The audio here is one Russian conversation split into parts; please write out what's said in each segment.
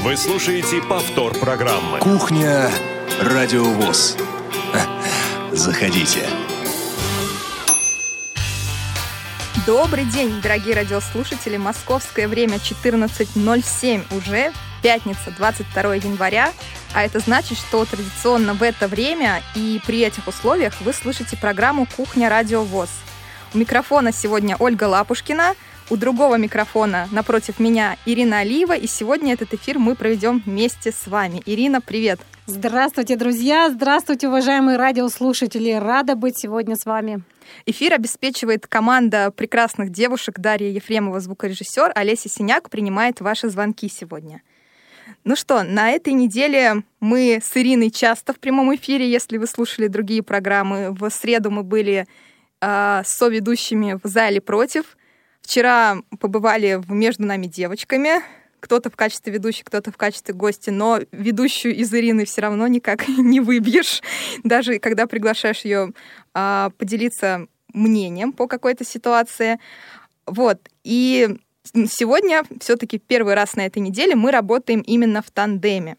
Вы слушаете повтор программы. Кухня Радио ВОС. Заходите. Добрый день, дорогие радиослушатели. Московское время 14:07 уже. Пятница, 22 января. А это значит, что традиционно в это время и при этих условиях вы слышите программу «Кухня Радио ВОС». У микрофона сегодня Ольга Лапушкина. У другого микрофона напротив меня Ирина Алиева, и сегодня этот эфир мы проведем вместе с вами. Ирина, привет! Здравствуйте, друзья! Здравствуйте, уважаемые радиослушатели! Рада быть сегодня с вами. Эфир обеспечивает команда прекрасных девушек. Дарья Ефремова, звукорежиссер, Олеся Синяк принимает ваши звонки сегодня. Ну что, на этой неделе мы с Ириной часто в прямом эфире, если вы слушали другие программы. В среду мы были соведущими в «За или против». Вчера побывали в «Между нами девочками». Кто-то в качестве ведущей, кто-то в качестве гостя, но ведущую из Ирины все равно никак не выбьешь, даже когда приглашаешь ее поделиться мнением по какой-то ситуации. Вот. И сегодня все-таки первый раз на этой неделе мы работаем именно в тандеме.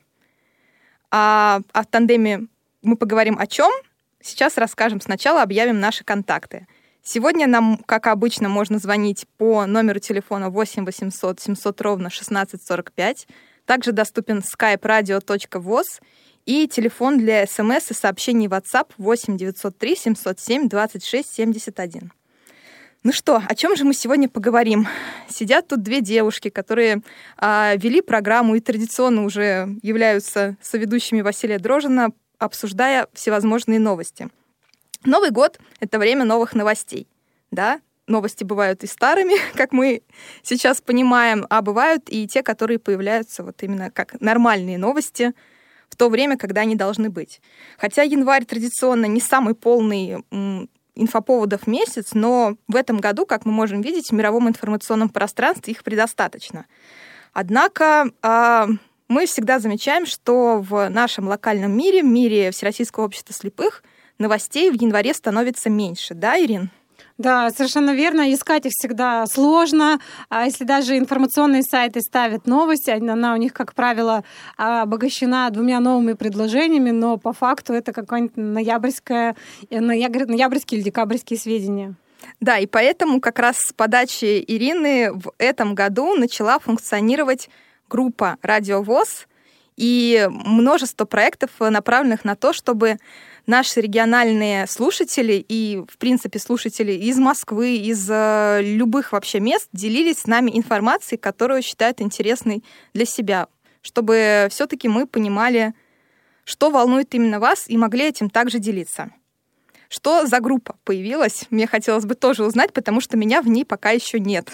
А в тандеме мы поговорим о чем? Сейчас расскажем. Сначала объявим наши контакты. Сегодня нам, как обычно, можно звонить по номеру телефона 8 800 700 ровно 1645. Также доступен skype radio.voz и телефон для смс и сообщений в WhatsApp 8 903 707 26 71. Ну что, о чем же мы сегодня поговорим? Сидят тут две девушки, которые вели программу и традиционно уже являются соведущими Василия Дрожжина, обсуждая всевозможные новости. Новый год — это время новых новостей, да? Новости бывают и старыми, как мы сейчас понимаем, а бывают и те, которые появляются вот именно как нормальные новости в то время, когда они должны быть. Хотя январь традиционно не самый полный инфоповодов месяц, но в этом году, как мы можем видеть, в мировом информационном пространстве их предостаточно. Однако мы всегда замечаем, что в нашем локальном мире, в мире Всероссийского общества слепых, новостей в январе становится меньше. Да, Ирин? Да, совершенно верно. Искать их всегда сложно. А если даже информационные сайты ставят новости, она у них, как правило, обогащена двумя новыми предложениями, но по факту это какое-нибудь ноябрьские или декабрьские сведения. Да, и поэтому как раз с подачи Ирины в этом году начала функционировать группа «Радио ВОС» и множество проектов, направленных на то, чтобы наши региональные слушатели и, в принципе, слушатели из Москвы, из любых вообще мест делились с нами информацией, которую считают интересной для себя, чтобы все-таки мы понимали, что волнует именно вас, и могли этим также делиться. Что за группа появилась? Мне хотелось бы тоже узнать, потому что меня в ней пока еще нет.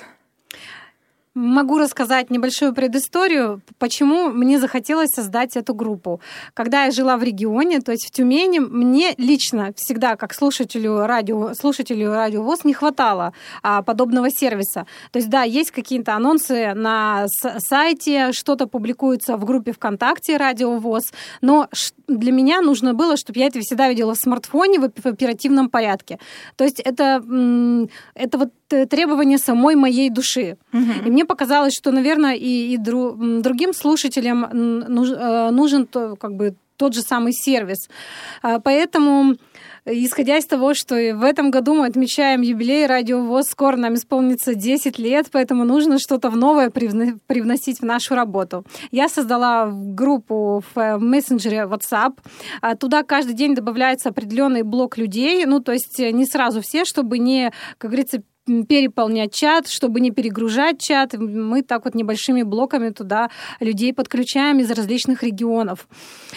Могу рассказать небольшую предысторию, почему мне захотелось создать эту группу. Когда я жила в регионе, то есть в Тюмени, мне лично всегда, как слушателю радио ВОС, не хватало подобного сервиса. То есть, да, есть какие-то анонсы на сайте, что-то публикуется в группе ВКонтакте Радио ВОС, но для меня нужно было, чтобы я это всегда видела в смартфоне в оперативном порядке. То есть это вот требование самой моей души. И мне показалось, что, наверное, и другим слушателям нужен тот же самый сервис. Поэтому, исходя из того, что в этом году мы отмечаем юбилей Радио ВОС, скоро нам исполнится 10 лет, поэтому нужно что-то новое привносить в нашу работу. Я создала группу в мессенджере WhatsApp. Туда каждый день добавляется определенный блок людей, то есть не сразу все, чтобы не, как говорится, переполнять чат, чтобы не перегружать чат. Мы так вот небольшими блоками туда людей подключаем из различных регионов.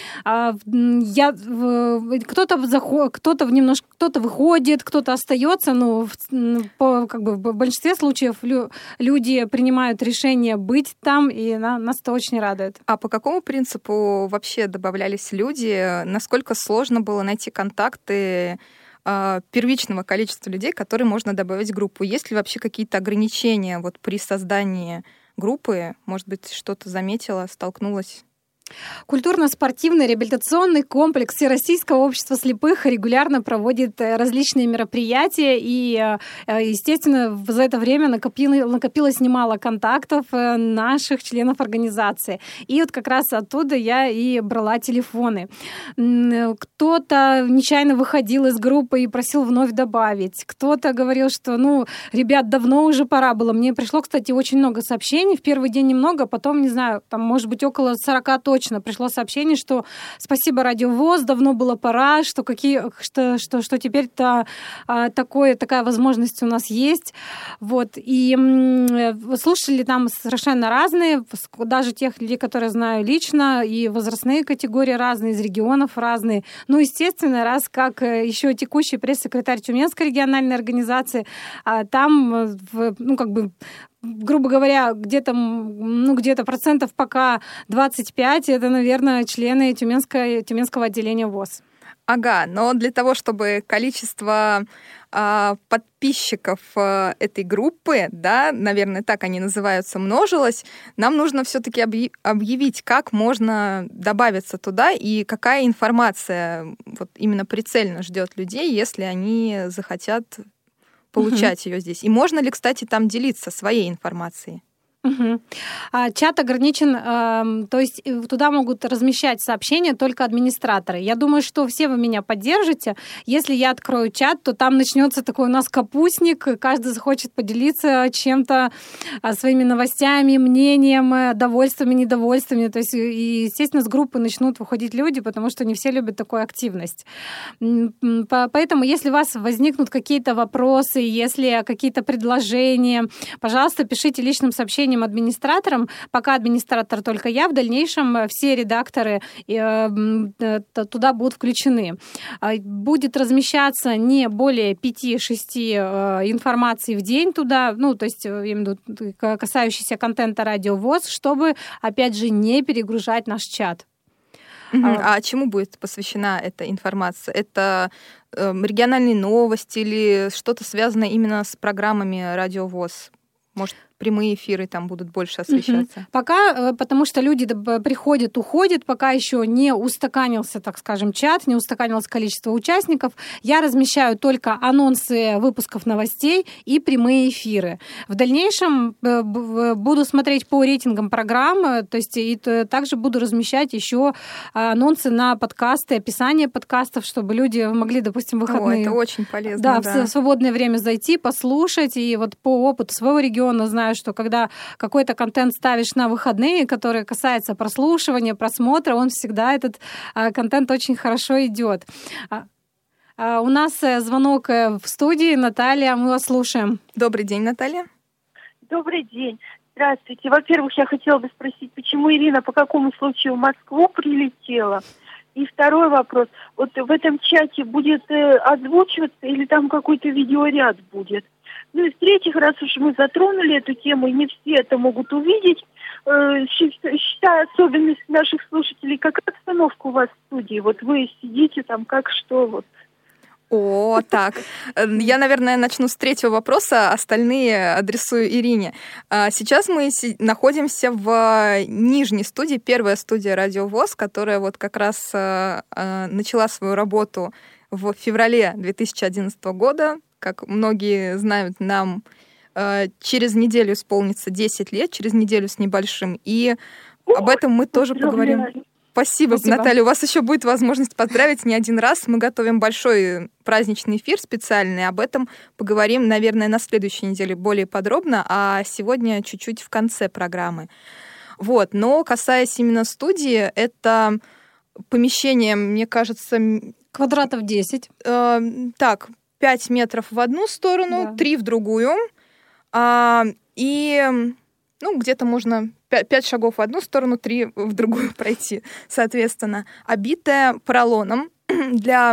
Кто-то выходит, кто-то остается, но в большинстве случаев люди принимают решение быть там, и нас это очень радует. А по какому принципу вообще добавлялись люди? Насколько сложно было найти контакты первичного количества людей, которые можно добавить в группу? Есть ли вообще какие-то ограничения вот при создании группы? Может быть, что-то заметила, столкнулась? Культурно-спортивный реабилитационный комплекс Всероссийского общества слепых регулярно проводит различные мероприятия, и, естественно, за это время накопилось немало контактов наших членов организации. И вот как раз оттуда я и брала телефоны. Кто-то нечаянно выходил из группы и просил вновь добавить. Кто-то говорил, что, ребят, давно уже пора было. Мне пришло, кстати, очень много сообщений. В первый день немного, потом, не знаю, там, может быть, около 40 точно пришло сообщение, что спасибо, Радио ВОС, давно было пора, что теперь-то такая возможность у нас есть. Вот. И слушатели там совершенно разные, даже тех людей, которые знаю лично, и возрастные категории разные, из регионов разные. Естественно, раз как еще текущий пресс-секретарь Тюменской региональной организации, там, грубо говоря, где-то процентов пока 25, это, наверное, члены Тюменского отделения ВОС. Ага, но для того, чтобы количество подписчиков этой группы, да, наверное, так они называются, множилось, нам нужно все-таки объявить, как можно добавиться туда и какая информация вот именно прицельно ждет людей, если они захотят получать ее здесь. И можно ли, кстати, там делиться своей информацией? Чат ограничен, то есть туда могут размещать сообщения только администраторы. Я думаю, что все вы меня поддержите. Если я открою чат, то там начнется такой у нас капустник, каждый захочет поделиться чем-то, своими новостями, мнением, довольствами, недовольствами. То есть, и, естественно, с группы начнут выходить люди, потому что не все любят такую активность. Поэтому, если у вас возникнут какие-то вопросы, если какие-то предложения, пожалуйста, пишите личным сообщением администраторам. Пока администратор только я, в дальнейшем все редакторы туда будут включены. Будет размещаться не более 5-6 информаций в день туда, то есть, я имею в виду, касающейся контента Радио ВОС, чтобы, опять же, не перегружать наш чат. А чему будет посвящена эта информация? Это региональные новости или что-то связанное именно с программами Радио ВОС? Может, прямые эфиры там будут больше освещаться? Пока, потому что люди приходят, уходят, пока еще не устаканился, так скажем, чат, не устаканилось количество участников. Я размещаю только анонсы выпусков новостей и прямые эфиры. В дальнейшем буду смотреть по рейтингам программ, то есть и также буду размещать еще анонсы на подкасты, описание подкастов, чтобы люди могли, допустим, выходные... это очень полезно. Да, в свободное время зайти, послушать. И вот по опыту своего региона знаю, что когда какой-то контент ставишь на выходные, который касается прослушивания, просмотра, он всегда, этот контент очень хорошо идет. У нас звонок в студии. Наталья, мы вас слушаем. Добрый день, Наталья. Добрый день. Здравствуйте. Во-первых, я хотела бы спросить, почему Ирина по какому случаю в Москву прилетела? И второй вопрос. Вот в этом чате будет озвучиваться или там какой-то видеоряд будет? И в-третьих, раз уж мы затронули эту тему, и не все это могут увидеть, считая особенность наших слушателей, какая обстановка у вас в студии? Вот вы сидите там, как что вот. Так. Я, наверное, начну с третьего вопроса, остальные адресую Ирине. Сейчас мы находимся в нижней студии, первая студия Радио ВОС, которая вот как раз начала свою работу в феврале 2011 года. Как многие знают, нам через неделю исполнится 10 лет, через неделю с небольшим. И об этом мы тоже поговорим. Спасибо, Наталья. У вас еще будет возможность поздравить не один раз. Мы готовим большой праздничный эфир специальный. Об этом поговорим, наверное, на следующей неделе более подробно, а сегодня чуть-чуть в конце программы. Вот. Но касаясь именно студии, это помещение, мне кажется... Квадратов 10. 5 метров в одну сторону, да. 3 в другую. И где-то можно 5 шагов в одну сторону, 3 в другую пройти, соответственно. Обитая поролоном для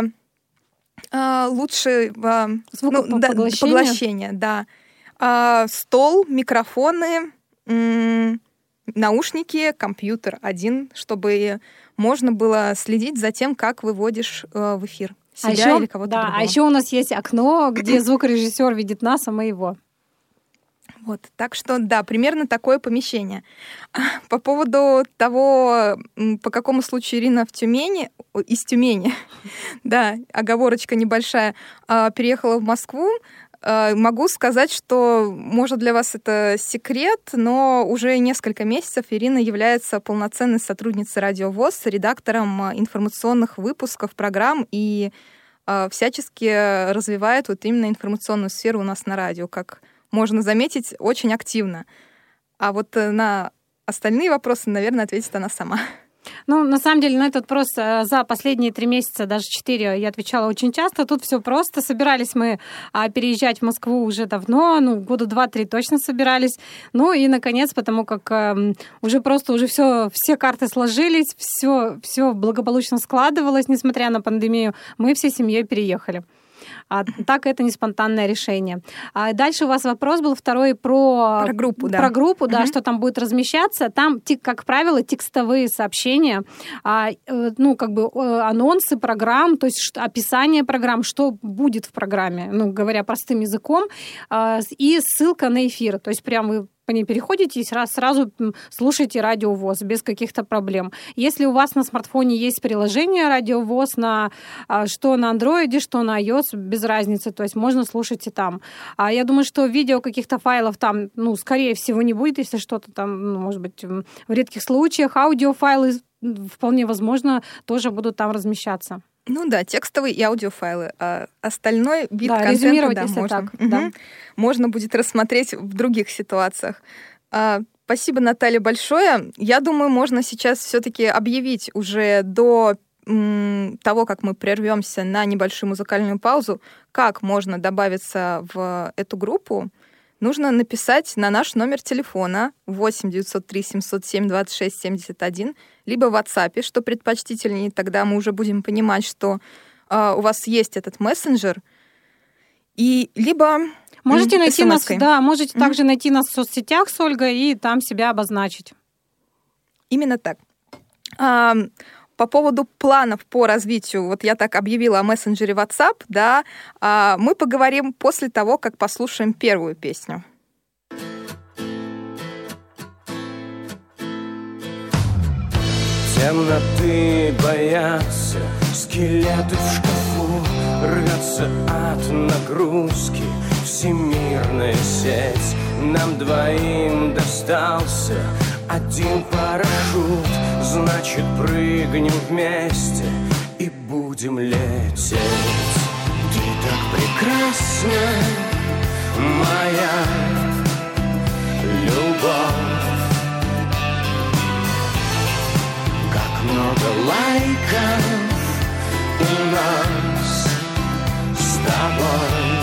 лучшего поглощения. Да. Стол, микрофоны, наушники, компьютер один, чтобы можно было следить за тем, как выводишь в эфир себя или кого-то другого. А еще у нас есть окно, где звукорежиссер видит нас, а мы его. Вот, так что, да, примерно такое помещение. По поводу того, по какому случаю Ирина из Тюмени, да, оговорочка небольшая, переехала в Москву, могу сказать, что, может, для вас это секрет, но уже несколько месяцев Ирина является полноценной сотрудницей Радио ВОС, редактором информационных выпусков, программ и всячески развивает вот именно информационную сферу у нас на радио, как можно заметить, очень активно. А вот на остальные вопросы, наверное, ответит она сама. Ну, на самом деле, на этот вопрос за последние 3 месяца, даже 4, я отвечала очень часто. Тут все просто. Собирались мы переезжать в Москву уже давно, года 2-3 точно собирались. Ну и, наконец, потому как уже все карты сложились, все благополучно складывалось, несмотря на пандемию, мы всей семьей переехали. Так это не спонтанное решение. Дальше у вас вопрос был второй про группу, да. Про группу, да, что там будет размещаться. Там, как правило, текстовые сообщения, анонсы программ, то есть описание программ, что будет в программе, говоря простым языком, и ссылка на эфир. То есть прям вы по ней переходите и сразу слушайте Радио ВОС без каких-то проблем. Если у вас на смартфоне есть приложение Радио ВОС, что на Android, что на iOS, без разницы, то есть можно слушать и там. Я думаю, что видео каких-то файлов там, скорее всего, не будет, если что-то там, может быть, в редких случаях. Аудиофайлы вполне возможно тоже будут там размещаться. Текстовые и аудиофайлы. А остальной вид контента, можно. Да. Можно будет рассмотреть в других ситуациях. Спасибо, Наталья, большое. Я думаю, можно сейчас все-таки объявить уже до того, как мы прервемся на небольшую музыкальную паузу, как можно добавиться в эту группу. Нужно написать на наш номер телефона 8 903 707 26 71, либо в WhatsApp, что предпочтительнее, тогда мы уже будем понимать, что у вас есть этот мессенджер, и либо можете найти нас, можете также найти нас в соцсетях с Ольгой и там себя обозначить. Именно так. По поводу планов по развитию, вот я так объявила о мессенджере WhatsApp, да, мы поговорим после того, как послушаем первую песню. Темноты боятся, скелеты в шкафу, рвется от нагрузки всемирная сеть. Нам двоим достался один парашют, значит, прыгнем вместе и будем лететь. Ты так прекрасна, моя любовь, как много лайков у нас с тобой.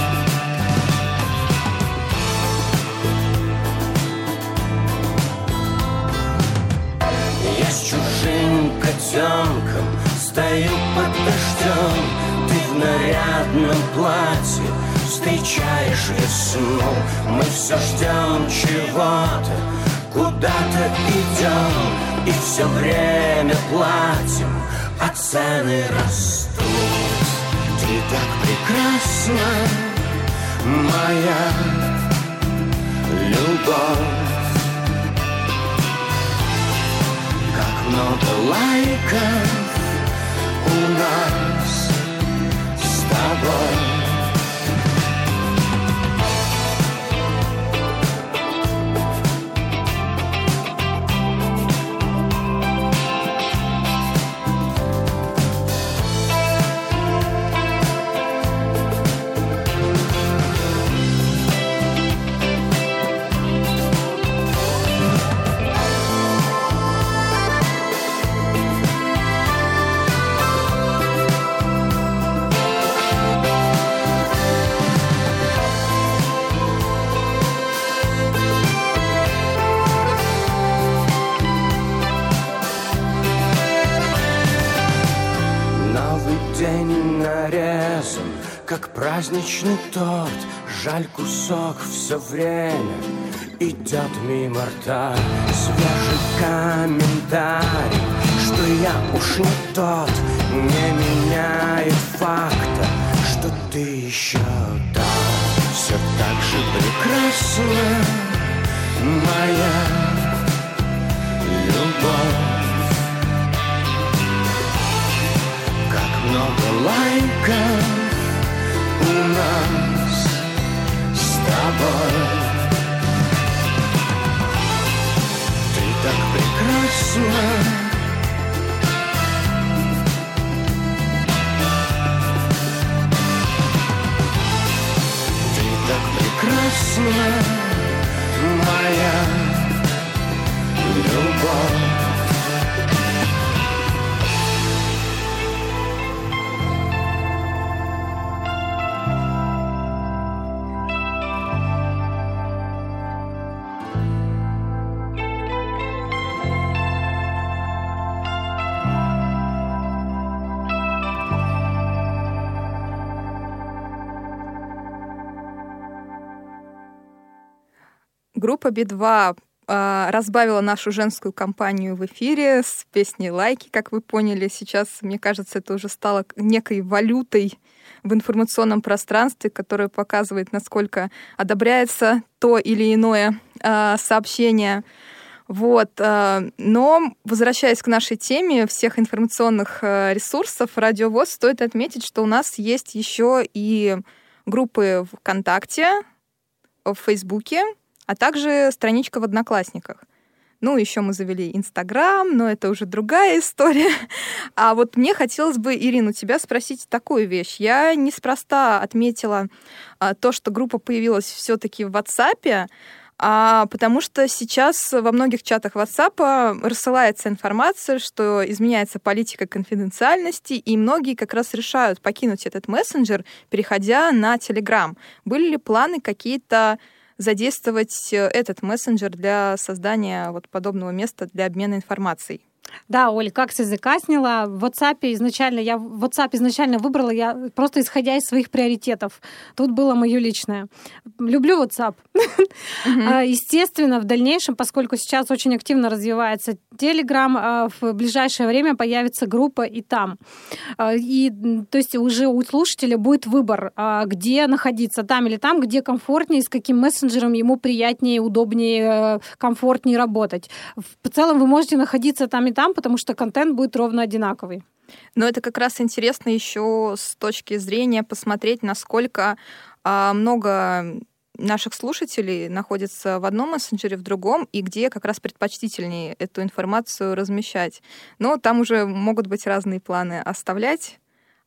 Я с чужим котенком стою под дождем, ты в нарядном платье встречаешь весну. Мы все ждем чего-то, куда-то идем, и все время платим, а цены растут. Ты так прекрасна, моя любовь, много лайков у нас с тобой. Как праздничный торт, жаль, кусок все время идет мимо рта. Свежий комментарий, что я уж не тот, не меняет факта, что ты еще там. Все так же прекрасно, моя любовь. Как много лайков у нас с тобой. Ты так прекрасна, ты так прекрасна, моя любовь. Группа Би-2 разбавила нашу женскую компанию в эфире с песней «Лайки», как вы поняли. Сейчас, мне кажется, это уже стало некой валютой в информационном пространстве, которая показывает, насколько одобряется то или иное сообщение. Вот. Но, возвращаясь к нашей теме всех информационных ресурсов, Радио ВОС, стоит отметить, что у нас есть еще и группы ВКонтакте, в Фейсбуке, а также страничка в Одноклассниках. Ну, еще мы завели Инстаграм, но это уже другая история. А вот мне хотелось бы, Ирина, у тебя спросить такую вещь. Я неспроста отметила то, что группа появилась все-таки в WhatsApp, потому что сейчас во многих чатах WhatsApp рассылается информация, что изменяется политика конфиденциальности, и многие как раз решают покинуть этот мессенджер, переходя на Telegram. Были ли планы какие-то задействовать этот мессенджер для создания вот подобного места для обмена информацией? Да, Оль, как с языка сняла. В WhatsApp изначально выбрала, я просто исходя из своих приоритетов. Тут было мое личное. Люблю WhatsApp. Естественно, в дальнейшем, поскольку сейчас очень активно развивается Telegram, в ближайшее время появится группа и там. И, то есть уже у слушателя будет выбор, где находиться, там или там, где комфортнее, с каким мессенджером ему приятнее, удобнее, комфортнее работать. В целом вы можете находиться там и там, потому что контент будет ровно одинаковый. Но это как раз интересно еще с точки зрения посмотреть, насколько много наших слушателей находится в одном мессенджере, в другом, и где как раз предпочтительнее эту информацию размещать. Но там уже могут быть разные планы. Оставлять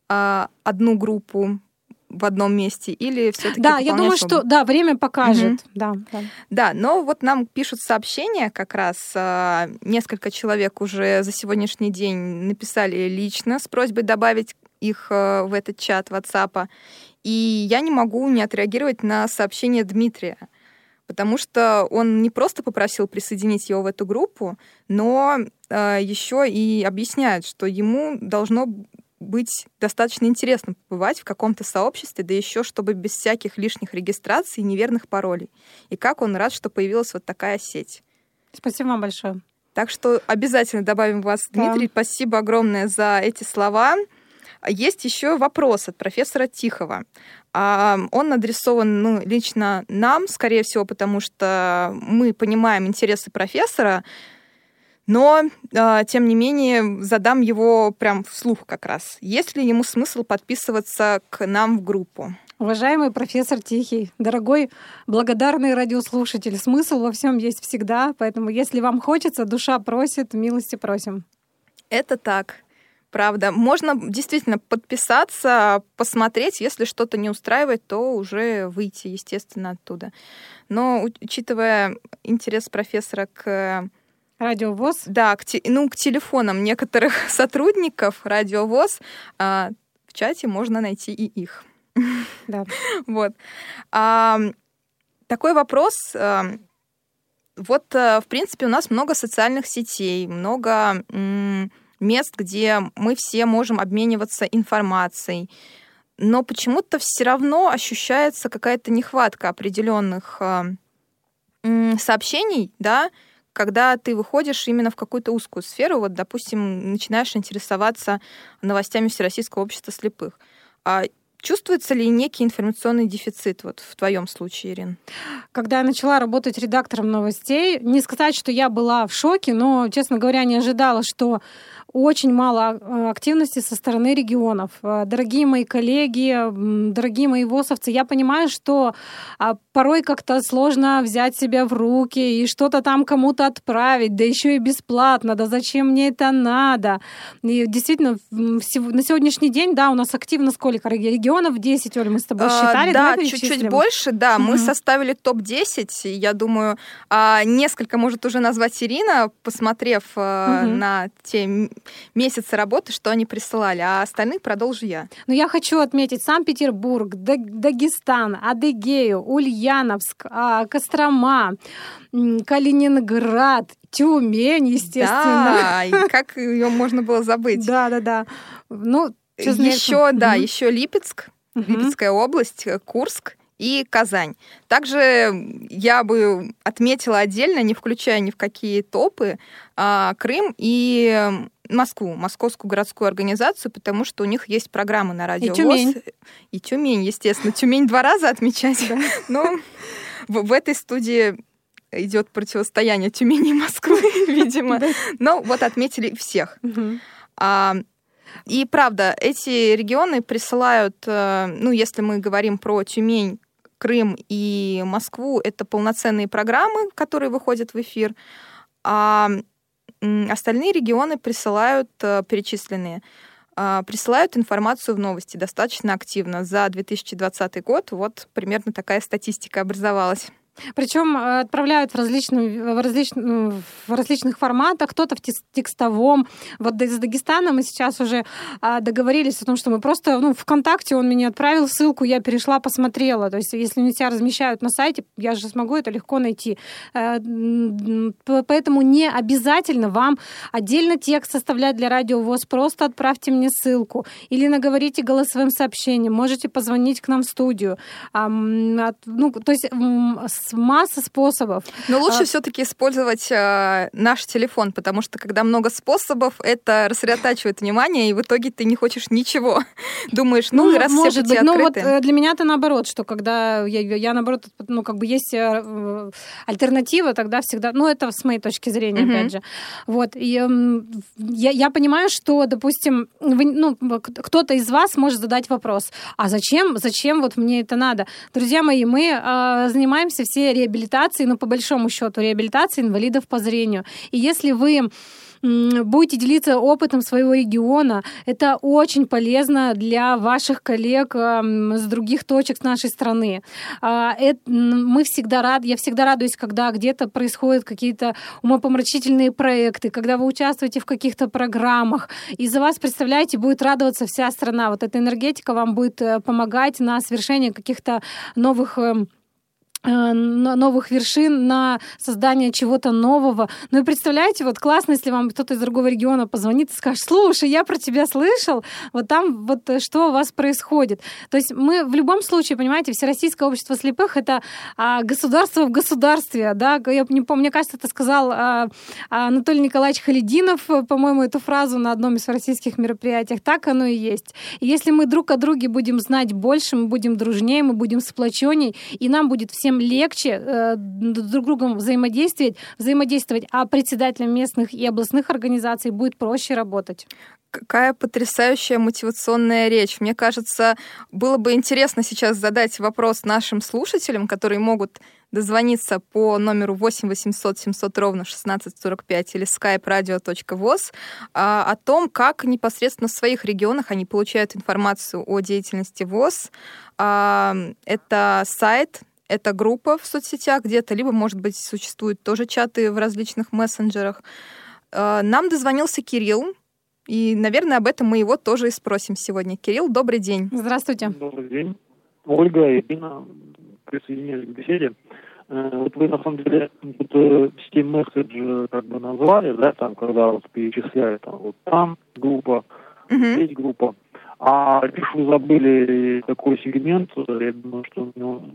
одну группу в одном месте или все-таки... Да, я думаю, что время покажет. Да, но вот нам пишут сообщения как раз. Несколько человек уже за сегодняшний день написали лично с просьбой добавить их в этот чат WhatsApp. И я не могу не отреагировать на сообщение Дмитрия, потому что он не просто попросил присоединить его в эту группу, но еще и объясняет, что ему должно быть достаточно интересно побывать в каком-то сообществе, да еще чтобы без всяких лишних регистраций и неверных паролей. И как он рад, что появилась вот такая сеть. Спасибо вам большое. Так что обязательно добавим вас, Дмитрий. Спасибо огромное за эти слова. Есть еще вопрос от профессора Тихова. Он адресован лично нам, скорее всего, потому что мы понимаем интересы профессора, но, тем не менее, задам его прям вслух как раз. Есть ли ему смысл подписываться к нам в группу? Уважаемый профессор Тихий, дорогой, благодарный радиослушатель, смысл во всем есть всегда, поэтому если вам хочется, душа просит, милости просим. Это так. Правда. Можно действительно подписаться, посмотреть. Если что-то не устраивает, то уже выйти, естественно, оттуда. Но, учитывая интерес профессора к... Радио ВОС? Да, к телефонам некоторых сотрудников Радио ВОС, в чате можно найти и их. Да. Вот. Такой вопрос. Вот, в принципе, у нас много социальных сетей, много мест, где мы все можем обмениваться информацией. Но почему-то все равно ощущается какая-то нехватка определенных сообщений, да, когда ты выходишь именно в какую-то узкую сферу, вот, допустим, начинаешь интересоваться новостями Всероссийского общества слепых. Чувствуется ли некий информационный дефицит вот в твоем случае, Ирин? Когда я начала работать редактором новостей, не сказать, что я была в шоке, но, честно говоря, не ожидала, что очень мало активности со стороны регионов. Дорогие мои коллеги, дорогие мои ВОСовцы, я понимаю, что порой как-то сложно взять себя в руки и что-то там кому-то отправить, да еще и бесплатно, да зачем мне это надо? И действительно, на сегодняшний день, да, у нас активно сколько регионов? 10, Оль, мы с тобой считали? Да, чуть-чуть больше, да. Мы составили топ-10, я думаю, несколько может уже назвать Ирина, посмотрев на те месяцы работы, что они присылали, а остальные продолжу я. Но я хочу отметить Санкт-Петербург, Дагестан, Адыгею, Ульяновск, Кострома, Калининград, Тюмень, естественно. Да, и как ее можно было забыть? Да. Ну, еще Липецк, Липецкая область, Курск и Казань. Также я бы отметила отдельно, не включая ни в какие топы, Крым и Москву, Московскую городскую организацию, потому что у них есть программы на радио ВОС. И Тюмень, естественно. Тюмень 2 раза отмечать. Да. Но в этой студии идет противостояние Тюмени и Москвы, видимо. Но вот отметили всех. И правда, эти регионы присылают, если мы говорим про Тюмень, Крым и Москву, это полноценные программы, которые выходят в эфир. А остальные регионы присылают, перечисленные, присылают информацию в новости достаточно активно. За 2020 год вот примерно такая статистика образовалась. Причем отправляют в различных форматах, кто-то в текстовом. Вот из Дагестана мы сейчас уже договорились о том, что мы просто, ВКонтакте он мне отправил ссылку, я перешла, посмотрела. То есть если они тебя размещают на сайте, я же смогу это легко найти. Поэтому не обязательно вам отдельно текст составлять для Радио ВОС, просто отправьте мне ссылку или наговорите голосовым сообщением, можете позвонить к нам в студию. То есть масса способов. Но лучше все-таки использовать наш телефон, потому что когда много способов, это рассредотачивает внимание, и в итоге ты не хочешь ничего. Думаешь, раз все пути открыты. Вот для меня это наоборот, что когда я наоборот, есть альтернатива, тогда всегда, это с моей точки зрения, опять же. Вот. И я понимаю, что, допустим, кто-то из вас может задать вопрос, а зачем вот мне это надо? Друзья мои, мы занимаемся все реабилитацией, по большому счету, реабилитацией инвалидов по зрению. И если вы будете делиться опытом своего региона, это очень полезно для ваших коллег с других точек нашей страны. Мы всегда рады, я всегда радуюсь, когда где-то происходят какие-то умопомрачительные проекты, когда вы участвуете в каких-то программах, и за вас, представляете, будет радоваться вся страна. Вот эта энергетика вам будет помогать на совершение каких-то новых вершин, на создание чего-то нового. И представляете, вот классно, если вам кто-то из другого региона позвонит и скажет: слушай, я про тебя слышал, вот там вот что у вас происходит. То есть мы в любом случае, понимаете, Всероссийское общество слепых — это государство в государстве, да, я не помню, мне кажется, это сказал Анатолий Николаевич Халидинов, по-моему, эту фразу на одном из российских мероприятиях. Так оно и есть. И если мы друг о друге будем знать больше, мы будем дружнее, мы будем сплоченней, и нам будет всем легче друг с другом взаимодействовать, а председателям местных и областных организаций будет проще работать. Какая потрясающая мотивационная речь. Мне кажется, было бы интересно сейчас задать вопрос нашим слушателям, которые могут дозвониться по номеру 8 800 700 ровно 1645 или skype-radio.voz о том, как непосредственно в своих регионах они получают информацию о деятельности ВОС. Это сайт, это группа в соцсетях где-то, либо, может быть, существуют тоже чаты в различных мессенджерах. Нам дозвонился Кирилл, и, наверное, об этом мы его тоже и спросим сегодня. Кирилл, добрый день. Здравствуйте. Добрый день. Ольга и Ирина присоединились к беседе. Вот вы, на самом деле, Steam Message назвали, да, там, когда вот перечисляют, там группа, здесь группа. А вы забыли такой сегмент, я думаю, что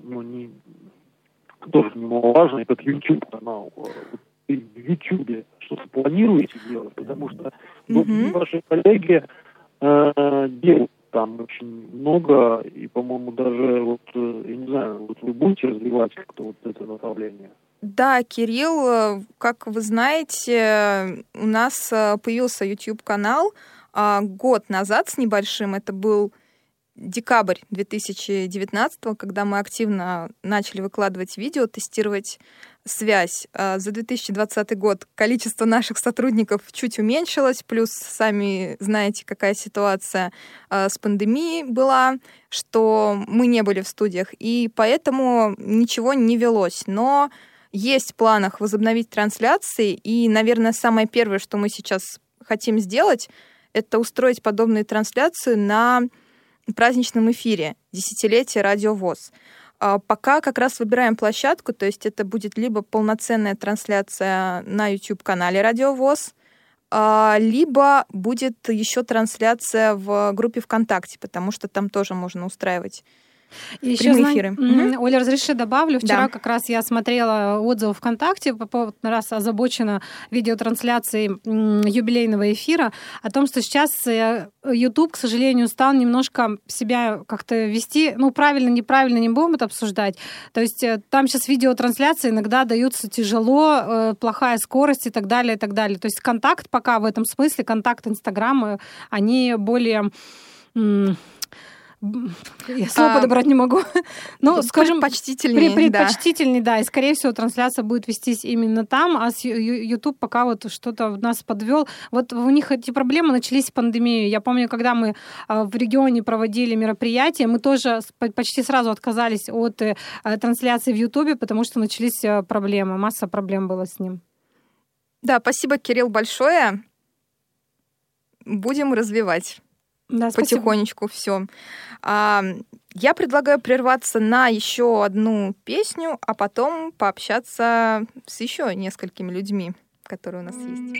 тоже немаловажный, как YouTube-канал. В YouTube что-то планируете делать, потому что ваши коллеги делают там очень много, и, по-моему, даже, вот, я не знаю, вот вы будете развивать как-то вот это направление? Да, Кирилл, как вы знаете, у нас появился YouTube-канал год назад с небольшим. Это был декабрь 2019, когда мы активно начали выкладывать видео, тестировать связь. За 2020 год количество наших сотрудников чуть уменьшилось, плюс сами знаете, какая ситуация с пандемией была, что мы не были в студиях, и поэтому ничего не велось. Но есть в планах возобновить трансляции, и, наверное, самое первое, что мы сейчас хотим сделать, это устроить подобные трансляции на праздничном эфире «Десятилетие Радио ВОС». Пока как раз выбираем площадку, то есть это будет либо полноценная трансляция на YouTube-канале Радио ВОС, либо будет еще трансляция в группе ВКонтакте, потому что там тоже можно устраивать прямые эфиры. Оля, разреши добавлю. Вчера как раз я смотрела отзывы ВКонтакте по поводу, раз озабочена видеотрансляцией юбилейного эфира, о том, что сейчас YouTube, к сожалению, стал немножко себя как-то вести, правильно, неправильно, не будем это обсуждать. То есть там сейчас видеотрансляции иногда даются тяжело, плохая скорость и так далее, и так далее. То есть контакт пока в этом смысле, контакт Инстаграма, они более... Я слово подобрать не могу. Скажем, предпочтительней, да. И, скорее всего, трансляция будет вестись именно там, а с YouTube пока вот что-то нас подвел. Вот у них эти проблемы начались в пандемию. Я помню, когда мы в регионе проводили мероприятия, мы тоже почти сразу отказались от трансляции в YouTube, потому что начались проблемы. Масса проблем было с ним. Да, спасибо, Кирилл, большое. Будем развивать. Да, потихонечку все. Я предлагаю прерваться на еще одну песню, а потом пообщаться с еще несколькими людьми, которые у нас есть.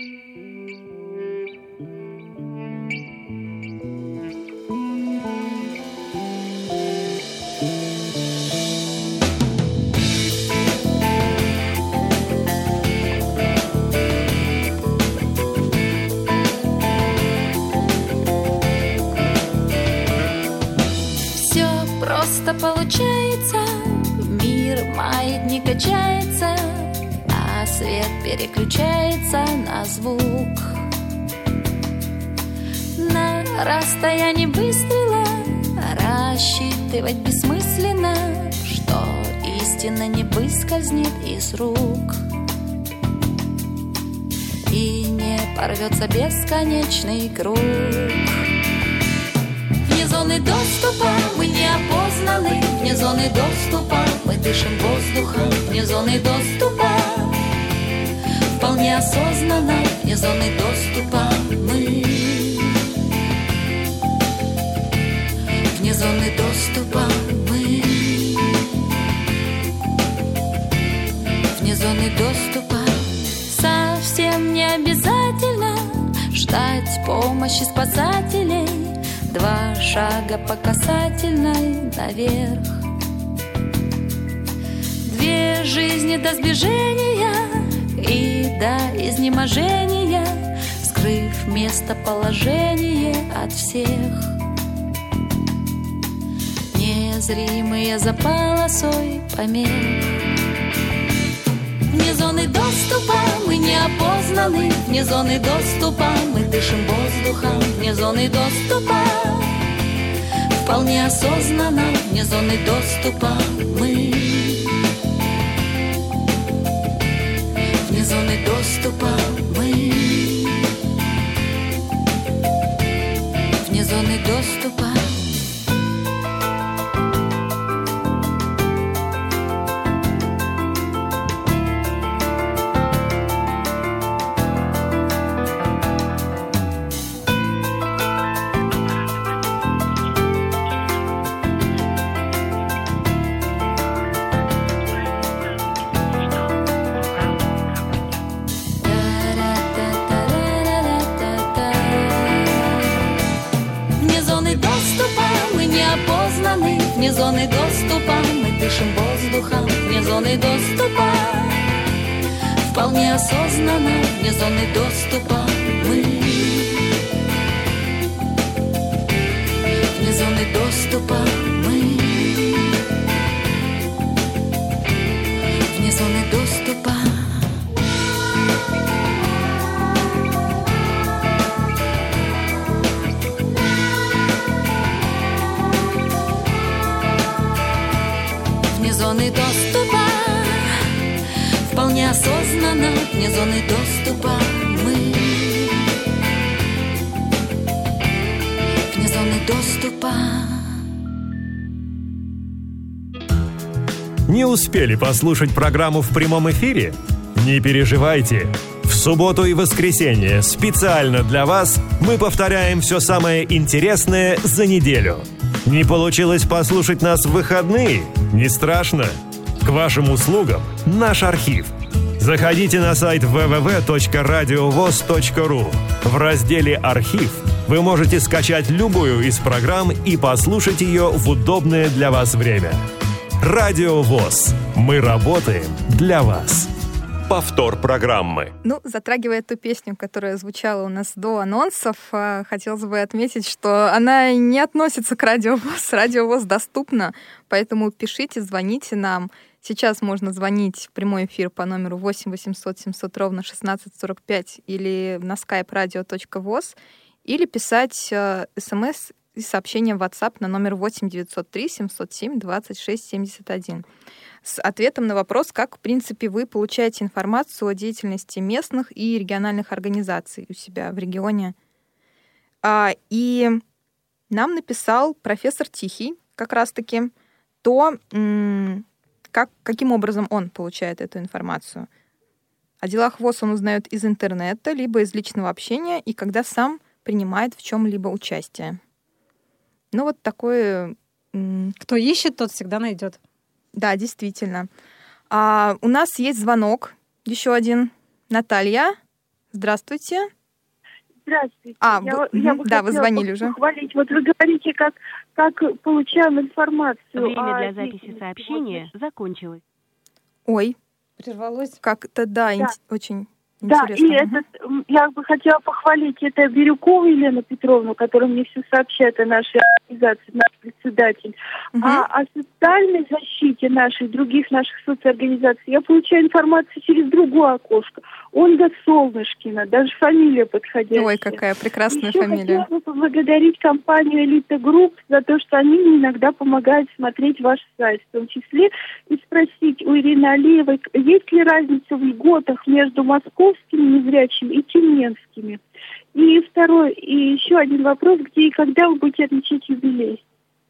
Просто получается, мир маятник качается, а свет переключается на звук. На расстоянии выстрела рассчитывать бессмысленно, что истина не выскользнет из рук и не порвется бесконечный круг. Вне зоны доступа мы неопознаны, вне зоны доступа мы дышим воздухом, вне зоны доступа вполне осознанно, вне зоны доступа мы, вне зоны доступа мы, вне зоны доступа. Совсем не обязательно ждать помощи спасателей, 2 шага по касательной наверх, 2 жизни до сближения и до изнеможения, скрыв местоположение от всех. Незримые за полосой помех. Вне зоны доступа мы неопознаны, вне зоны доступа мы дышим воздухом, вне зоны доступа вполне осознанно, вне зоны доступа мы, вне зоны доступа мы, вне зоны доступа. Вне зоны доступа мы дышим воздухом, вне зоны доступа вполне осознанно, вне зоны доступа мы, вне зоны зоны доступа мы. Вне зоны доступа. Вне зоны доступа. Вполне осознанно вне зоны доступа мы. Вне зоны доступа. Не успели послушать программу в прямом эфире? Не переживайте. В субботу и воскресенье специально для вас мы повторяем все самое интересное за неделю. Не получилось послушать нас в выходные? Не страшно. К вашим услугам наш архив. Заходите на сайт www.radiovoz.ru. В разделе «Архив» вы можете скачать любую из программ и послушать ее в удобное для вас время. Радио ВОС. Мы работаем для вас. Повтор программы. Ну, затрагивая ту песню, которая звучала у нас до анонсов, хотелось бы отметить, что она не относится к Радио ВОС. Радио ВОС доступно, поэтому пишите, звоните нам. Сейчас можно звонить в прямой эфир по номеру 8 800 700 ровно 1645 или на skype radio.voz, или писать смс и сообщение в WhatsApp на номер 8 903 707 26 71 с ответом на вопрос, как, в принципе, вы получаете информацию о деятельности местных и региональных организаций у себя в регионе. И нам написал профессор Тихий как раз-таки каким образом он получает эту информацию. О делах ВОС он узнает из интернета, либо из личного общения, и когда сам принимает в чем-либо участие. Ну вот такое... Кто ищет, тот всегда найдет. Да, действительно. У нас есть звонок, еще один. Наталья, здравствуйте. Здравствуйте. Вы звонили уже. Похвалить. Вот вы говорите, как получаем информацию. Время для записи сообщения закончилось. Ой. Прервалось? Как-то, да. Очень да, интересно. И я бы хотела похвалить это Бирюкову Елену Петровну, которая мне все сообщает о нашей организации, наш председатель. О социальной защите других наших соцорганизаций я получаю информацию через другое окошко. Ольга Солнышкина, даже фамилия подходящая. Ой, какая прекрасная Еще фамилия. Хотела бы поблагодарить компанию «Элита Групп» за то, что они мне иногда помогают смотреть ваш сайт, в том числе и спросить у Ирины Алиевой, есть ли разница в льготах между московскими незрячими и тюменскими. И еще один вопрос, где и когда вы будете отмечать юбилей?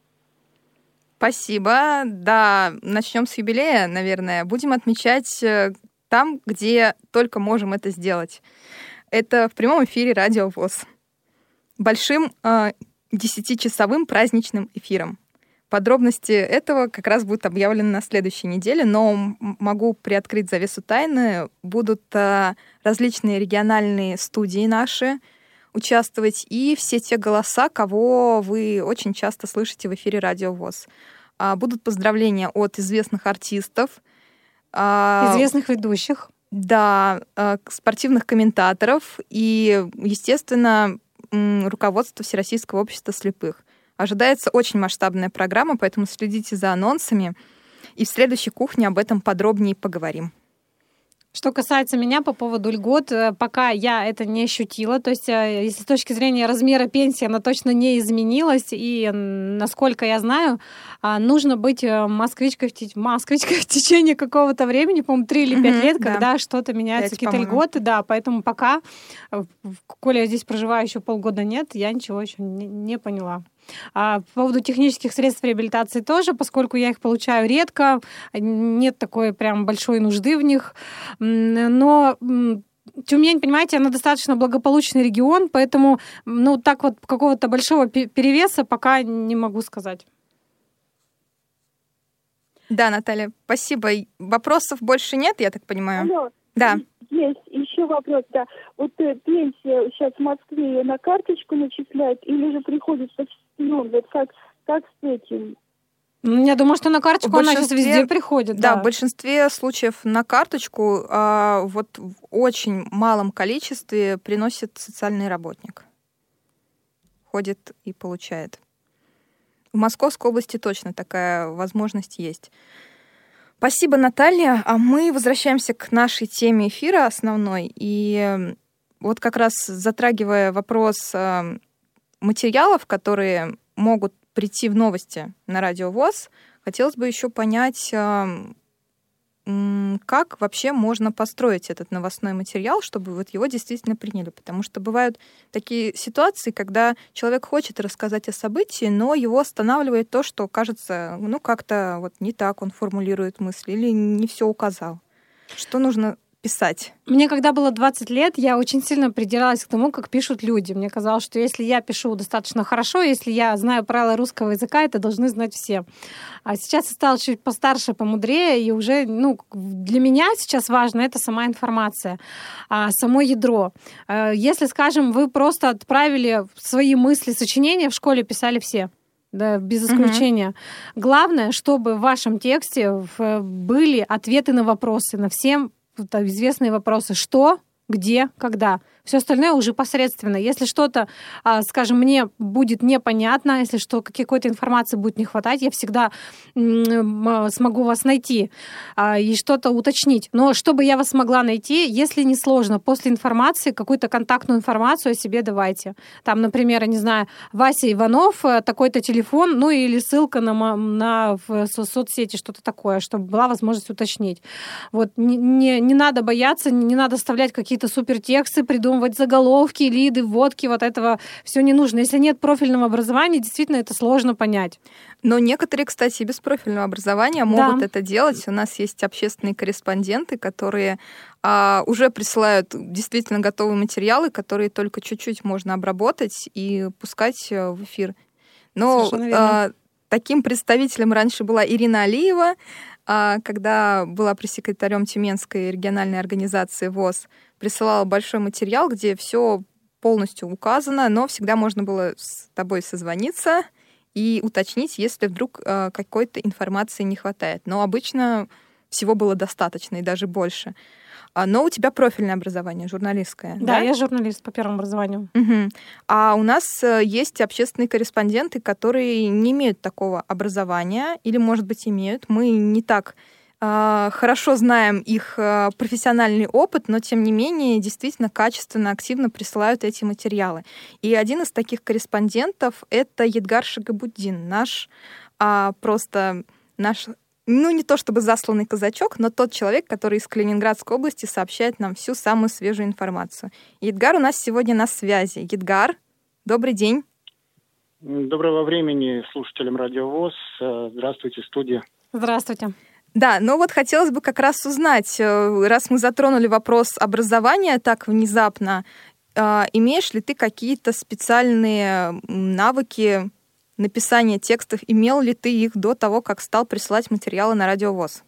Спасибо. Да, начнем с юбилея, наверное. Будем отмечать там, где только можем это сделать. Это в прямом эфире Радио ВОС. Большим 10-часовым праздничным эфиром. Подробности этого как раз будут объявлены на следующей неделе, но могу приоткрыть завесу тайны. Будут различные региональные студии наши участвовать и все те голоса, кого вы очень часто слышите в эфире Радио ВОС. Будут поздравления от известных артистов, известных ведущих. Да, спортивных комментаторов и, естественно, руководство Всероссийского общества слепых. Ожидается очень масштабная программа, поэтому следите за анонсами. И в следующей кухне об этом подробнее поговорим. Что касается меня по поводу льгот, пока я это не ощутила. То есть, если с точки зрения размера пенсии, она точно не изменилась. И, насколько я знаю, нужно быть москвичкой в течение какого-то времени, по-моему, 3 или 5 лет, когда что-то меняется, какие-то льготы. Да, поэтому пока, коли я здесь проживаю еще полгода нет, я ничего еще не поняла. По поводу технических средств реабилитации тоже, поскольку я их получаю редко, нет такой прям большой нужды в них. Но Тюмень, понимаете, она достаточно благополучный регион, поэтому так вот какого-то большого перевеса пока не могу сказать. Да, Наталья, спасибо. Вопросов больше нет, я так понимаю? Алло. Да. Есть еще вопрос, да. Вот пенсия сейчас в Москве на карточку начисляют или же приходит по частям? Вот как с этим? Я думаю, что на карточку она сейчас везде приходит. Да, в большинстве случаев на карточку, вот в очень малом количестве приносит социальный работник. Ходит и получает. В Московской области точно такая возможность есть. Спасибо, Наталья. А мы возвращаемся к нашей теме эфира основной. И вот как раз затрагивая вопрос материалов, которые могут прийти в новости на Радио ВОС, хотелось бы еще понять, как вообще можно построить этот новостной материал, чтобы вот его действительно приняли. Потому что бывают такие ситуации, когда человек хочет рассказать о событии, но его останавливает то, что кажется, как-то вот не так он формулирует мысли или не все указал. Что нужно писать? Мне, когда было 20 лет, я очень сильно придиралась к тому, как пишут люди. Мне казалось, что если я пишу достаточно хорошо, если я знаю правила русского языка, это должны знать все. А сейчас я стала чуть постарше, помудрее, и уже для меня сейчас важно это сама информация, само ядро. Если, скажем, вы просто отправили свои мысли, сочинения, в школе писали все. Да, без исключения. Главное, чтобы в вашем тексте были ответы на вопросы, на все известные вопросы. Что, где, когда. Все остальное уже посредственно. Если что-то, скажем, мне будет непонятно, если какой-то информации будет не хватать, я всегда смогу вас найти и что-то уточнить. Но чтобы я вас смогла найти, если не сложно, после информации какую-то контактную информацию о себе давайте. Там, например, я не знаю, Вася Иванов, такой-то телефон, или ссылка на в соцсети, что-то такое, чтобы была возможность уточнить. Вот не надо бояться, не надо вставлять какие-то супертексты, придумывать заголовки, лиды, вводки, вот этого все не нужно. Если нет профильного образования, действительно это сложно понять. Но некоторые, кстати, без профильного образования могут это делать. У нас есть общественные корреспонденты, которые уже присылают действительно готовые материалы, которые только чуть-чуть можно обработать и пускать в эфир. Но таким представителем раньше была Ирина Алиева, когда была пресс-секретарем Тюменской региональной организации ВОС, присылала большой материал, где все полностью указано, но всегда можно было с тобой созвониться и уточнить, если вдруг какой-то информации не хватает. Но обычно всего было достаточно и даже больше. Но у тебя профильное образование, журналистское. Да, я журналист по первому образованию. Угу. А у нас есть общественные корреспонденты, которые не имеют такого образования, или, может быть, имеют. Мы не так хорошо знаем их профессиональный опыт, но, тем не менее, действительно качественно, активно присылают эти материалы. И один из таких корреспондентов — это Едгар Шагабуддин, наш не то чтобы засланный казачок, но тот человек, который из Калининградской области сообщает нам всю самую свежую информацию. Едгар у нас сегодня на связи. Едгар, добрый день. Доброго времени слушателям Радио ВОС. Здравствуйте, студия. Здравствуйте. Да, хотелось бы как раз узнать, раз мы затронули вопрос образования так внезапно, имеешь ли ты какие-то специальные навыки написания текстов? Имел ли ты их до того, как стал присылать материалы на Радио ВОС?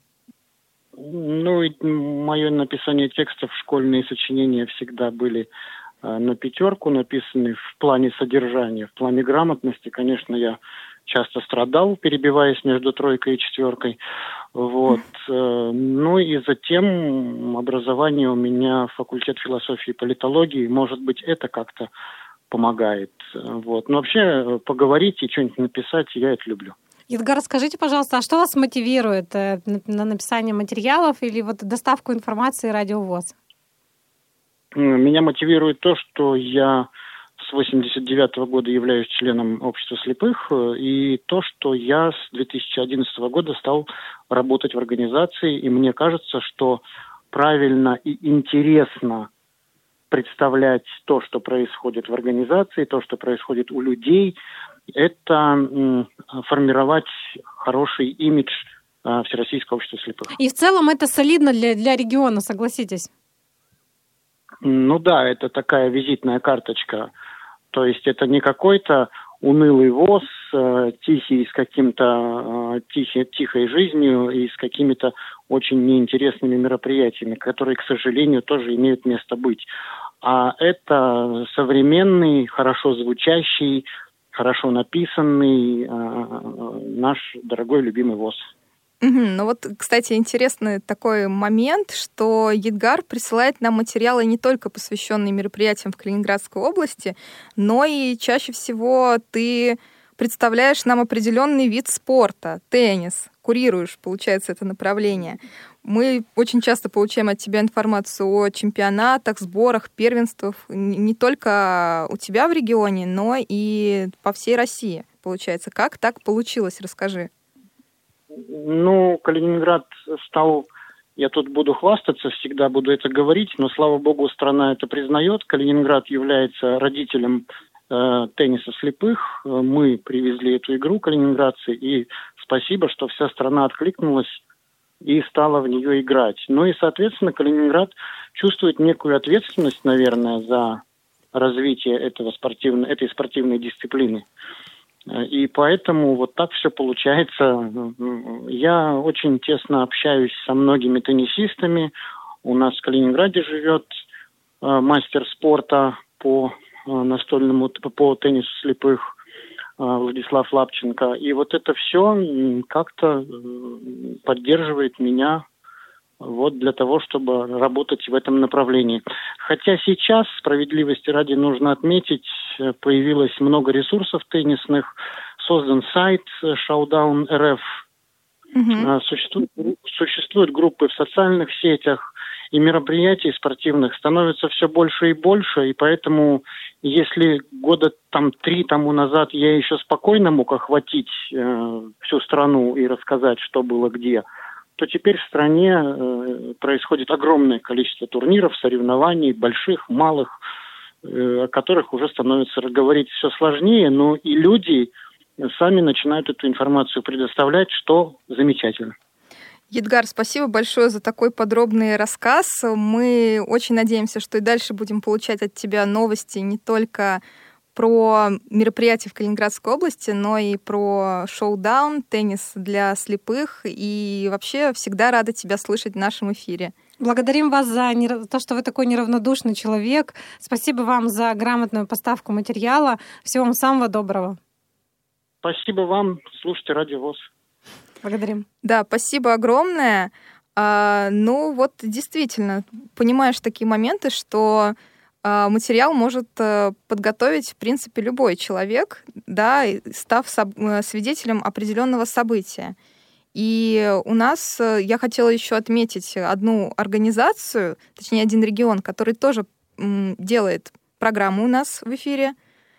Мое написание текстов, школьные сочинения всегда были на 5, написаны в плане содержания, в плане грамотности. Конечно, я часто страдал, перебиваясь между 3 и 4. Вот. И затем образование у меня факультет философии и политологии. Может быть, это как-то помогает. Вот. Но вообще поговорить и что-нибудь написать, я это люблю. Едгар, скажите, пожалуйста, а что вас мотивирует на написание материалов или доставку информации Радио ВОС? Меня мотивирует то, что я с 1989 года являюсь членом общества слепых, и то, что я с 2011 года стал работать в организации, и мне кажется, что правильно и интересно представлять то, что происходит в организации, то, что происходит у людей, это формировать хороший имидж Всероссийского общества слепых. И в целом это солидно для региона, согласитесь? Да, это такая визитная карточка. То есть это не какой-то унылый ВОС, тихий, с каким-то тихой жизнью и с какими-то очень неинтересными мероприятиями, которые, к сожалению, тоже имеют место быть. А это современный, хорошо звучащий, хорошо написанный наш дорогой любимый ВОС. Кстати, интересный такой момент, что Едгар присылает нам материалы не только посвященные мероприятиям в Калининградской области, но и чаще всего ты представляешь нам определенный вид спорта, теннис, курируешь, получается, это направление. Мы очень часто получаем от тебя информацию о чемпионатах, сборах, первенствах не только у тебя в регионе, но и по всей России, получается. Как так получилось? Расскажи. Ну, Калининград стал... Я тут буду хвастаться, всегда буду это говорить, но, слава богу, страна это признает. Калининград является родителем тенниса слепых. Мы привезли эту игру калининградцы, и спасибо, что вся страна откликнулась и стала в нее играть. Ну и, соответственно, Калининград чувствует некую ответственность, наверное, за развитие этой спортивной дисциплины. И поэтому вот так все получается. Я очень тесно общаюсь со многими теннисистами. У нас в Калининграде живет мастер спорта по теннису слепых Владислав Лапченко. И вот это все как-то поддерживает меня вот для того, чтобы работать в этом направлении. Хотя сейчас, справедливости ради, нужно отметить, появилось много ресурсов теннисных, создан сайт Showdown.rf, существуют группы в социальных сетях, и мероприятий спортивных становится все больше и больше, и поэтому, если года 3 тому назад я еще спокойно мог охватить всю страну и рассказать, что было где, то теперь в стране происходит огромное количество турниров, соревнований, больших, малых, о которых уже становится говорить все сложнее, но и люди сами начинают эту информацию предоставлять, что замечательно. Едгар, спасибо большое за такой подробный рассказ. Мы очень надеемся, что и дальше будем получать от тебя новости не только про мероприятия в Калининградской области, но и про шоу-даун, теннис для слепых. И вообще всегда рада тебя слышать в нашем эфире. Благодарим вас за то, что вы такой неравнодушный человек. Спасибо вам за грамотную поставку материала. Всего вам самого доброго. Спасибо вам. Слушайте Радио ВОС. Благодарим. Да, спасибо огромное. Ну вот действительно, понимаешь такие моменты, что материал может подготовить, в принципе, любой человек, да, став свидетелем определенного события. И у нас, я хотела еще отметить одну организацию, точнее, один регион, который тоже делает программу у нас в эфире.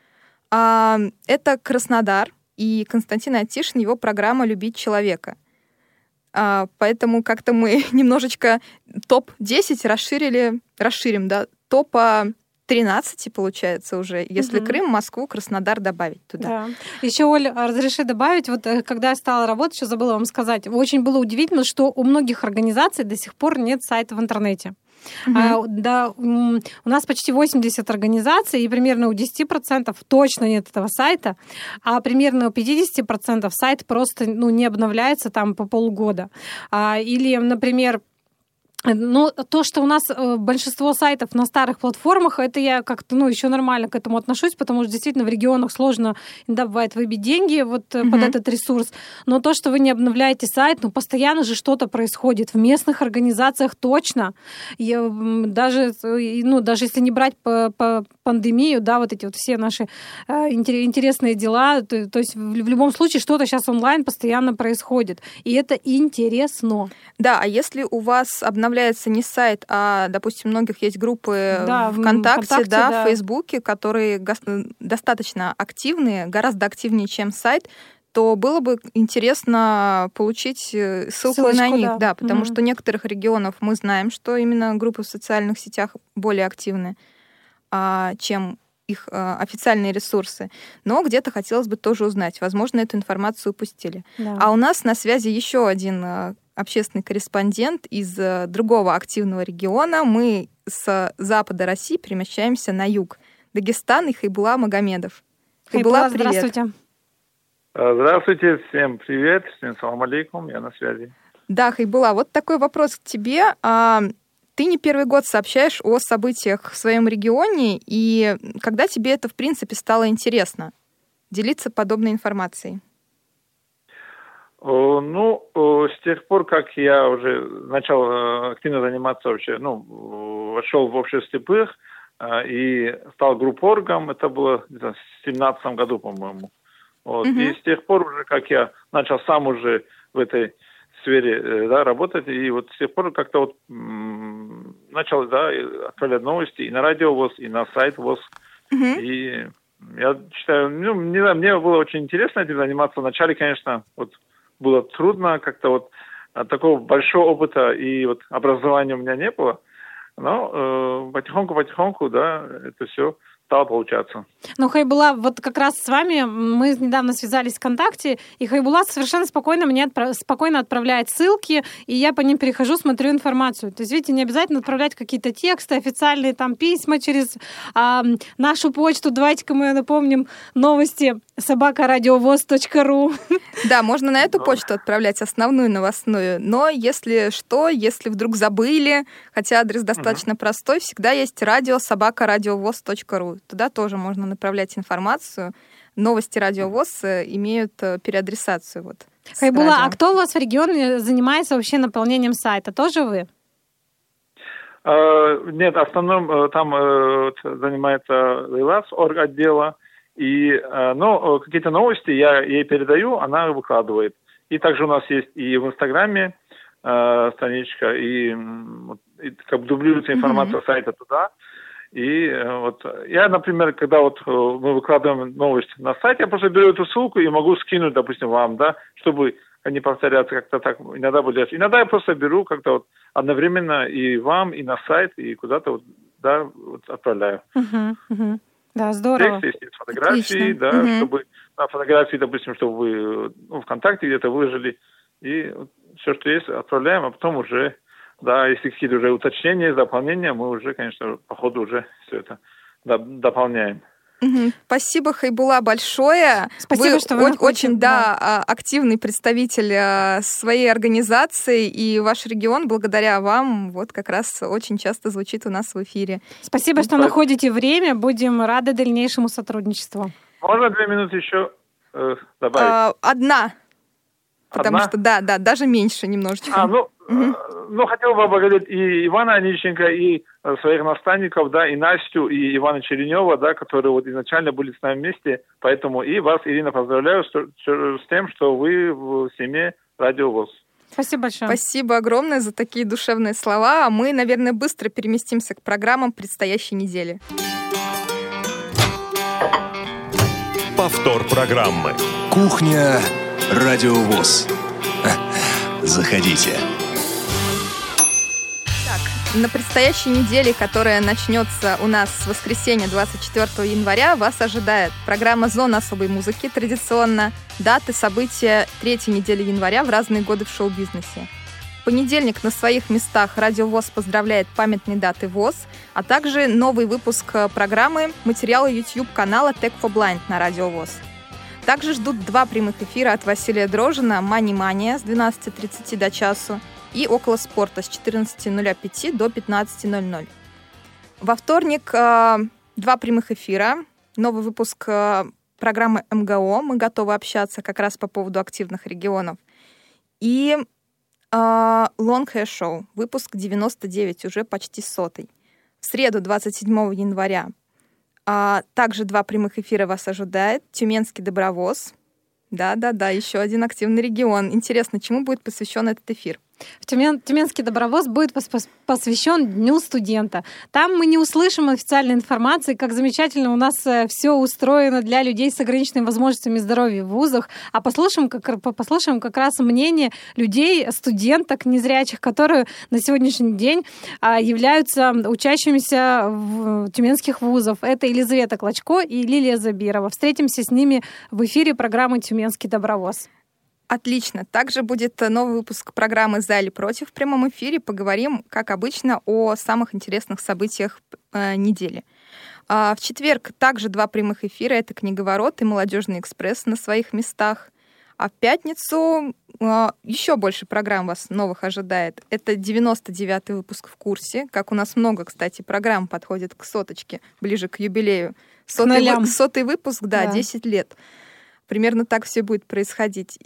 Это Краснодар, и Константин Атишин, его программа «Любить человека». Поэтому как-то мы немножечко топ-10 расширим, да, топа 13, получается, уже, если Крым, Москву, Краснодар добавить туда. Да. Еще, Оль, разреши добавить, вот когда я стала работать, еще забыла вам сказать, очень было удивительно, что у многих организаций до сих пор нет сайта в интернете. Да, у нас почти 80 организаций, и примерно у 10% точно нет этого сайта, а примерно у 50% сайт просто не обновляется там по полгода. Или, например, то, что у нас большинство сайтов на старых платформах, это я как-то, еще нормально к этому отношусь, потому что действительно в регионах сложно иногда бывает выбить деньги под этот ресурс. Но то, что вы не обновляете сайт, постоянно же что-то происходит. В местных организациях точно. Даже если не брать по пандемию, да, вот эти вот все наши интересные дела, то есть в любом случае что-то сейчас онлайн постоянно происходит. И это интересно. Да, а если у вас обновляется не сайт, а, допустим, у многих есть группы ВКонтакте, да, в Фейсбуке, которые достаточно активные, гораздо активнее, чем сайт, то было бы интересно получить ссылку на них, да, потому что в некоторых регионах мы знаем, что именно группы в социальных сетях более активны, чем их официальные ресурсы. Но где-то хотелось бы тоже узнать. Возможно, эту информацию упустили. Да. А у нас на связи еще один общественный корреспондент из другого активного региона. Мы с запада России перемещаемся на юг. Дагестан и Хайбула Магомедов. Хайбула, привет. Здравствуйте. Здравствуйте, всем привет. Всем салам алейкум, я на связи. Да, Хайбула, вот такой вопрос к тебе. Ты не первый год сообщаешь о событиях в своем регионе, и когда тебе это, в принципе, стало интересно, делиться подобной информацией? С тех пор, как я уже начал активно заниматься вообще, вошел в общество слепых и стал группоргом, это было в 2017 году, по-моему. Вот. И с тех пор уже, как я начал сам уже в этой сфере работать, и вот с тех пор как-то вот начал отправлять новости и на радио ВОС, и на сайт ВОС. И я считаю, мне было очень интересно этим заниматься. Вначале, конечно, вот было трудно, как-то вот такого большого опыта и вот образования у меня не было. Но потихоньку, это все стало получаться. Ну, Хайбула, вот как раз с вами мы недавно связались ВКонтакте, и Хайбула совершенно спокойно мне спокойно отправляет ссылки, и я по ним перехожу, смотрю информацию. То есть, видите, не обязательно отправлять какие-то тексты, официальные там письма через нашу почту. Давайте-ка мы напомним новости @радиовос.ру. Да, можно на эту почту отправлять основную новостную, но если вдруг забыли, хотя адрес достаточно простой, всегда есть radio@радиовос.ру. Туда тоже можно направлять информацию. Новости Радио ВОС имеют переадресацию. Вот, Хайбула, а кто у вас в регионе занимается вообще наполнением сайта? Тоже вы? Нет, в основном там занимается Лейлас, орготдела. Но какие-то новости я ей передаю, она выкладывает. И также у нас есть и в Инстаграме страничка, и как бы дублируется информация сайта туда. И вот я, например, когда вот мы выкладываем новость на сайт, я просто беру эту ссылку и могу скинуть, допустим, вам, чтобы не повторяться как-то так. Иногда я просто беру как-то вот одновременно и вам, и на сайт, и куда-то отправляю. Да, здорово. Текст, есть фотографии, чтобы на фотографии, допустим, чтобы вы ВКонтакте где-то выложили, и все, что есть, отправляем, а потом уже, если какие-то уже уточнения, дополнения, мы уже, конечно, по ходу уже все это дополняем. Спасибо, Хайбула, большое. Спасибо, что вы очень активный представитель своей организации, и ваш регион благодаря вам вот как раз очень часто звучит у нас в эфире. Спасибо, что находите время. Будем рады дальнейшему сотрудничеству. Можно 2 минуты еще добавить? Одна. Потому что, даже меньше немножечко. Хотел бы поблагодарить и Ивана Онищенко, и своих наставников, и Настю, и Ивана Черенева, которые вот изначально были с нами вместе. Поэтому и вас, Ирина, поздравляю с тем, что вы в семье Радио ВОС. Спасибо большое. Спасибо огромное за такие душевные слова. А мы, наверное, быстро переместимся к программам предстоящей недели. Повтор программы. Кухня Радио ВОС. Заходите. На предстоящей неделе, которая начнется у нас с воскресенья 24 января, вас ожидает программа «Зона особой музыки» традиционно, даты, события третьей недели января в разные годы в шоу-бизнесе. В понедельник на своих местах Радио ВОС поздравляет памятные даты ВОС, а также новый выпуск программы, материалы YouTube-канала Tech for Blind на Радио ВОС. Также ждут 2 прямых эфира от Василия Дрожжина «Мани-мания» с 12:30 до часу и «Около спорта» с 14:05 до 15:00. Во вторник 2 прямых эфира, новый выпуск программы МГО, мы готовы общаться как раз по поводу активных регионов, и Long Hair Show, выпуск 99, уже почти 100-й. В среду, 27 января, также 2 прямых эфира вас ожидает. Тюменский Добровоз. Да, еще один активный регион. Интересно, чему будет посвящен этот эфир? Тюменский Добровоз будет посвящен Дню студента. Там мы не услышим официальной информации, как замечательно у нас все устроено для людей с ограниченными возможностями здоровья в вузах, а послушаем как раз мнение людей, студенток незрячих, которые на сегодняшний день являются учащимися в тюменских вузов. Это Елизавета Клочко и Лилия Забирова. Встретимся с ними в эфире программы «Тюменский Добровоз». Отлично. Также будет новый выпуск программы «За или против» в прямом эфире. Поговорим, как обычно, о самых интересных событиях недели. В четверг также 2 прямых эфира. Это «Книговорот» и «Молодежный экспресс» на своих местах. А в пятницу еще больше программ вас новых ожидает. Это 99-й выпуск «В курсе». Как у нас много, кстати, программ подходит к 100-очке, ближе к юбилею. 100-й выпуск, 10 лет. Примерно так все будет происходить.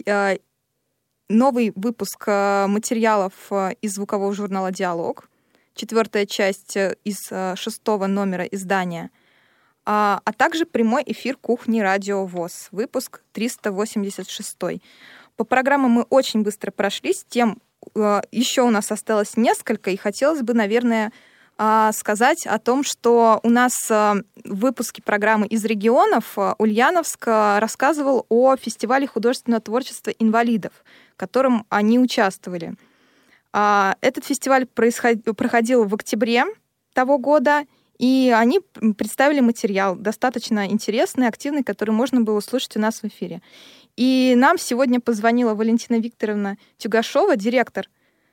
Новый выпуск материалов из звукового журнала «Диалог». 4-я часть из 6-го номера издания. а также прямой эфир «Кухни Радио ВОС», выпуск 386. По программам мы очень быстро прошлись, тем еще у нас осталось несколько, и хотелось бы, наверное, сказать о том, что у нас в выпуске программы «Из регионов» Ульяновск рассказывал о фестивале художественного творчества инвалидов, в котором они участвовали. Этот фестиваль проходил в октябре того года, и они представили материал достаточно интересный, активный, который можно было услышать у нас в эфире. И нам сегодня позвонила Валентина Викторовна Тюгашова, директор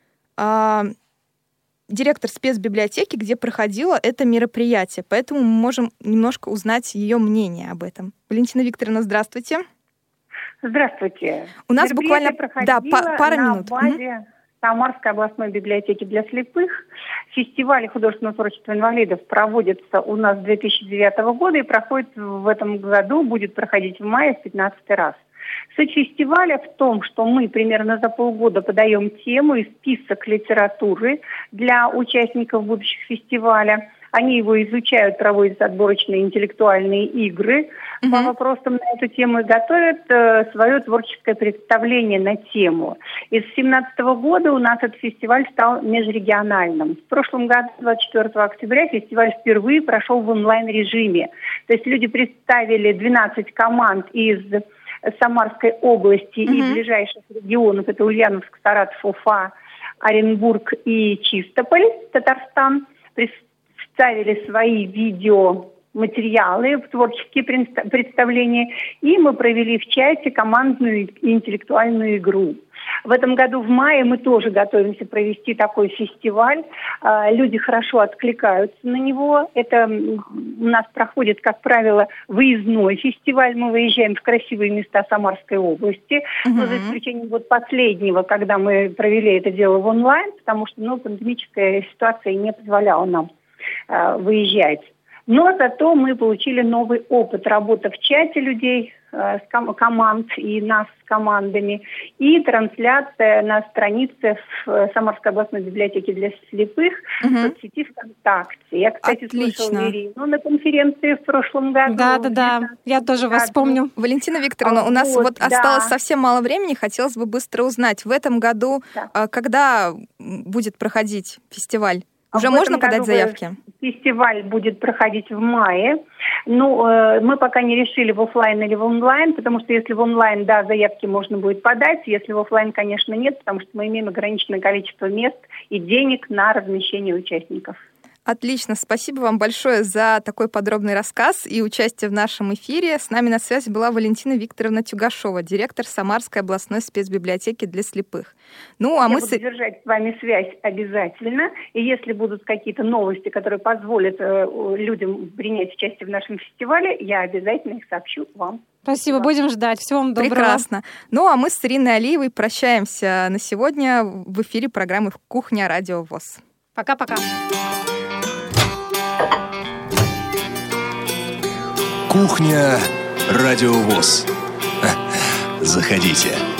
спецбиблиотеки, где проходило это мероприятие. Поэтому мы можем немножко узнать ее мнение об этом. Валентина Викторовна, здравствуйте. Здравствуйте. У нас буквально пара минут. На базе Самарской областной библиотеки для слепых. Фестиваль художественного творчества инвалидов проводится у нас с 2009 года и проходит в этом году, будет проходить в мае в 15-й раз. Суть фестиваля в том, что мы примерно за полгода подаем тему и список литературы для участников будущих фестиваля. Они его изучают, проводят отборочные интеллектуальные игры по вопросам на эту тему и готовят свое творческое представление на тему. И с 2017 года у нас этот фестиваль стал межрегиональным. В прошлом году, 24 октября, фестиваль впервые прошел в онлайн-режиме. То есть люди представили 12 команд из Самарской области и ближайших регионов. Это Ульяновск, Саратов, Уфа, Оренбург и Чистополь, Татарстан. Представили свои видеоматериалы, творческие представления, и мы провели в чате командную и интеллектуальную игру. В этом году в мае мы тоже готовимся провести такой фестиваль. Люди хорошо откликаются на него. Это у нас проходит, как правило, выездной фестиваль. Мы выезжаем в красивые места Самарской области. Но за исключением последнего, когда мы провели это дело в онлайн, потому что пандемическая ситуация не позволяла нам выезжать. Но зато мы получили новый опыт работы в чате людей, команд и нас с командами, и трансляция на странице в Самарской областной библиотеке для слепых в соцсети ВКонтакте. Я, кстати, слышала Ирину на конференции в прошлом году. Да, я тоже вас помню. Валентина Викторовна, у нас осталось совсем мало времени, хотелось бы быстро узнать, в этом году, когда будет проходить фестиваль? Уже можно подать заявки? Фестиваль будет проходить в мае. Мы пока не решили, в офлайн или в онлайн, потому что если в онлайн, да, заявки можно будет подать, если в офлайн, конечно, нет, потому что мы имеем ограниченное количество мест и денег на размещение участников. Отлично. Спасибо вам большое за такой подробный рассказ и участие в нашем эфире. С нами на связи была Валентина Викторовна Тюгашова, директор Самарской областной спецбиблиотеки для слепых. Я буду держать с вами связь обязательно. И если будут какие-то новости, которые позволят людям принять участие в нашем фестивале, я обязательно их сообщу вам. Спасибо, будем ждать. Всего вам доброго. Прекрасно. А мы с Ириной Алиевой прощаемся на сегодня в эфире программы «Кухня Радио ВОС». Пока-пока. Кухня Радио ВОС. Заходите.